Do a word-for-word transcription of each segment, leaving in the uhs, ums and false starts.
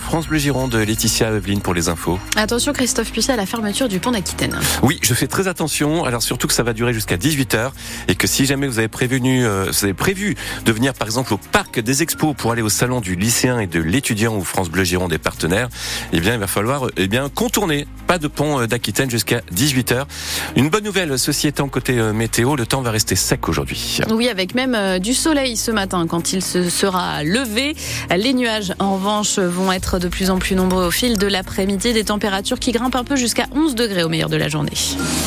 France Bleu Gironde, Laetitia Evelyne pour les infos. Attention Christophe Puissat à la fermeture du pont d'Aquitaine. Oui, je fais très attention. Alors surtout que ça va durer jusqu'à dix-huit heures et que si jamais vous avez prévenu, euh, vous avez prévu de venir par exemple au parc des expos pour aller au salon du lycéen et de l'étudiant où France Bleu Gironde est partenaire, eh bien il va falloir eh bien contourner. Pas de pont d'Aquitaine jusqu'à dix-huit heures. Une bonne nouvelle, ceci étant côté euh, météo, le temps va rester sec aujourd'hui. Oui, avec même euh, du soleil ce matin quand il se sera levé. Les nuages en revanche vont être de plus en plus nombreux au fil de l'après-midi. Des températures qui grimpent un peu jusqu'à onze degrés au meilleur de la journée.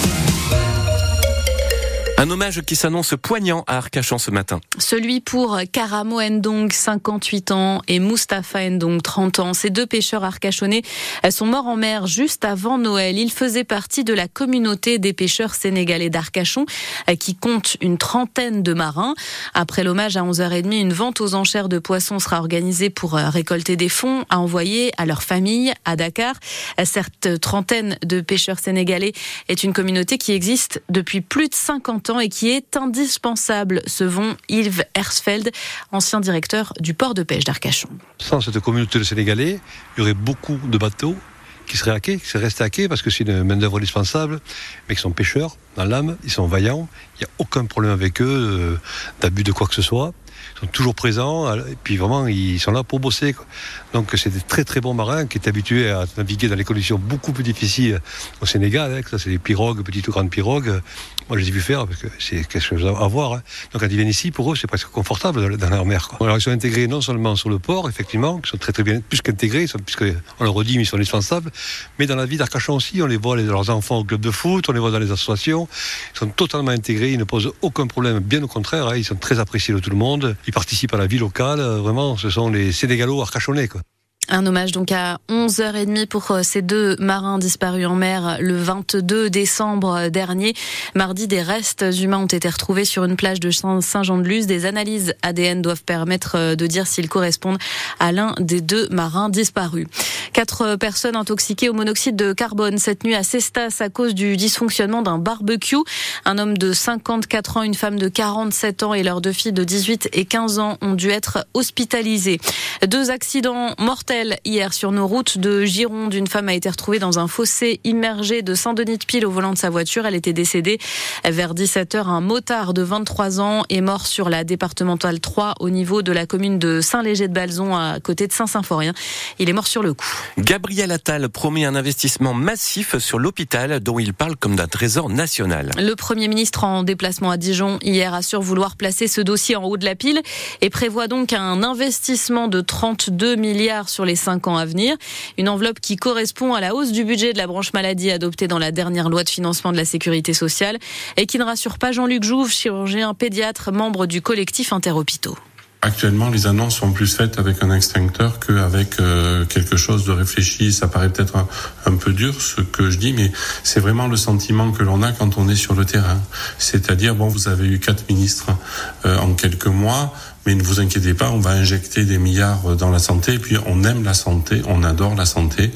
Un hommage qui s'annonce poignant à Arcachon ce matin. Celui pour Karamo Ndong, cinquante-huit ans, et Mustapha Ndong, trente ans. Ces deux pêcheurs arcachonnais sont morts en mer juste avant Noël. Ils faisaient partie de la communauté des pêcheurs sénégalais d'Arcachon, qui compte une trentaine de marins. Après l'hommage à onze heures trente, une vente aux enchères de poissons sera organisée pour récolter des fonds à envoyer à leurs familles à Dakar. Cette trentaine de pêcheurs sénégalais est une communauté qui existe depuis plus de cinquante ans et qui est indispensable, selon Yves Hersfeld, ancien directeur du port de pêche d'Arcachon. Sans cette communauté de Sénégalais, il y aurait beaucoup de bateaux qui seraient hackés, qui seraient restés hackés parce que c'est une main-d'œuvre indispensable, mais qui sont pêcheurs dans l'âme, ils sont vaillants, il n'y a aucun problème avec eux, euh, d'abus de quoi que ce soit. Ils sont toujours présents, et puis vraiment, ils sont là pour bosser, quoi. Donc c'est des très très bons marins qui étaient habitués à naviguer dans des conditions beaucoup plus difficiles au Sénégal, hein, ça c'est des pirogues, petites ou grandes pirogues. Moi je les ai vus faire parce que c'est quelque chose à voir, hein. Donc quand ils viennent ici, pour eux c'est presque confortable dans leur mer, quoi. Alors ils sont intégrés non seulement sur le port, effectivement, ils sont très très bien, plus qu'intégrés, puisque on le redit, mais ils sont indispensables, mais dans la vie d'Arcachon aussi, on les voit, les, leurs enfants au club de foot, on les voit dans les associations, ils sont totalement intégrés, ils ne posent aucun problème, bien au contraire, hein, ils sont très appréciés de tout le monde, ils participent à la vie locale, vraiment, ce sont les Sénégalo arcachonnais, quoi. Un hommage donc à onze heures trente pour ces deux marins disparus en mer le vingt-deux décembre dernier. Mardi, des restes humains ont été retrouvés sur une plage de Saint-Jean-de-Luz. Des analyses A D N doivent permettre de dire s'ils correspondent à l'un des deux marins disparus. Quatre personnes intoxiquées au monoxyde de carbone cette nuit à Cestas à cause du dysfonctionnement d'un barbecue. Un homme de cinquante-quatre ans, une femme de quarante-sept ans et leurs deux filles de dix-huit et quinze ans ont dû être hospitalisées. Deux accidents mortels hier sur nos routes de Gironde. Une femme a été retrouvée dans un fossé immergé de Saint-Denis-de-Pile au volant de sa voiture. Elle était décédée vers dix-sept heures. Un motard de vingt-trois ans est mort sur la départementale trois au niveau de la commune de Saint-Léger-de-Balzon à côté de Saint-Symphorien. Il est mort sur le coup. Gabriel Attal promet un investissement massif sur l'hôpital dont il parle comme d'un trésor national. Le Premier ministre en déplacement à Dijon hier assure vouloir placer ce dossier en haut de la pile et prévoit donc un investissement de trente-deux milliards sur les cinq ans à venir. Une enveloppe qui correspond à la hausse du budget de la branche maladie adoptée dans la dernière loi de financement de la sécurité sociale et qui ne rassure pas Jean-Luc Jouve, chirurgien pédiatre, membre du collectif Interhôpitaux. Actuellement, les annonces sont plus faites avec un extincteur qu'avec euh, quelque chose de réfléchi. Ça paraît peut-être un, un peu dur ce que je dis, mais c'est vraiment le sentiment que l'on a quand on est sur le terrain. C'est-à-dire, bon, vous avez eu quatre ministres euh, en quelques mois, mais ne vous inquiétez pas, on va injecter des milliards dans la santé. Et puis, on aime la santé, on adore la santé.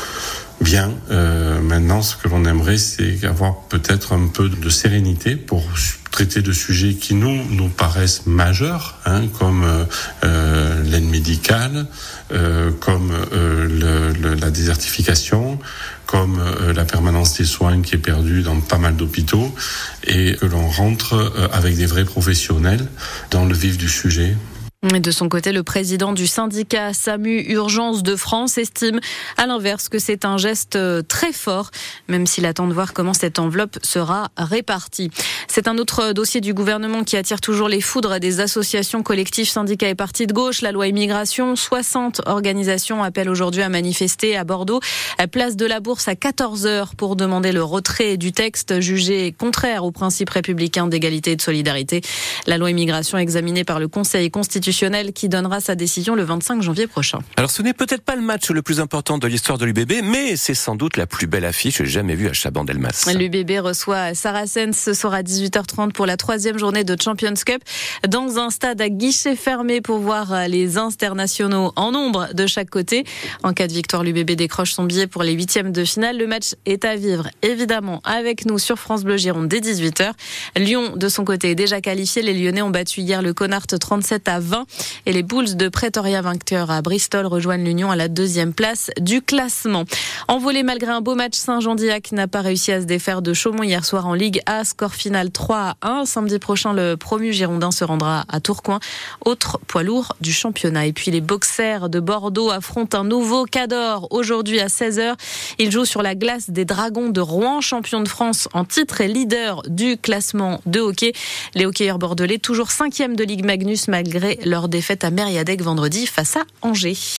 Bien, euh, maintenant, ce que l'on aimerait, c'est avoir peut-être un peu de sérénité pour traiter de sujets qui nous nous paraissent majeurs, hein, comme euh, l'aide médicale, euh, comme euh, le, le, la désertification, comme euh, la permanence des soins qui est perdue dans pas mal d'hôpitaux, et que l'on rentre euh, avec des vrais professionnels dans le vif du sujet. De son côté, le président du syndicat SAMU Urgence de France estime à l'inverse que c'est un geste très fort, même s'il attend de voir comment cette enveloppe sera répartie. C'est un autre dossier du gouvernement qui attire toujours les foudres des associations, collectifs, syndicats et partis de gauche. La loi immigration, soixante organisations appellent aujourd'hui à manifester à Bordeaux, à place de la Bourse à quatorze heures pour demander le retrait du texte jugé contraire aux principes républicains d'égalité et de solidarité. La loi immigration examinée par le Conseil constitutionnel qui donnera sa décision le vingt-cinq janvier prochain. Alors ce n'est peut-être pas le match le plus important de l'histoire de l'U B B, mais c'est sans doute la plus belle affiche jamais vue à Chabandelmas. L'U B B reçoit Saracens ce soir à dix-huit heures trente pour la troisième journée de Champions Cup dans un stade à guichet fermé pour voir les internationaux en nombre de chaque côté. En cas de victoire, l'U B B décroche son billet pour les huitièmes de finale. Le match est à vivre évidemment avec nous sur France Bleu Gironde dès dix-huit heures. Lyon, de son côté, est déjà qualifié. Les Lyonnais ont battu hier le Connard trente-sept à vingt. points. Et les Bulls de Pretoria, vainqueurs à Bristol, rejoignent l'Union à la deuxième place du classement. En volley, malgré un beau match, Saint-Jean-d'Illac n'a pas réussi à se défaire de Chaumont hier soir en Ligue A. Score final trois à un. Samedi prochain, le promu girondin se rendra à Tourcoing, autre poids lourd du championnat. Et puis les boxers de Bordeaux affrontent un nouveau Cador aujourd'hui à seize heures. Ils jouent sur la glace des Dragons de Rouen, champion de France en titre et leader du classement de hockey. Les hockeyeurs bordelais, toujours cinquième de Ligue Magnus malgré leur défaite à Mériadec vendredi face à Angers.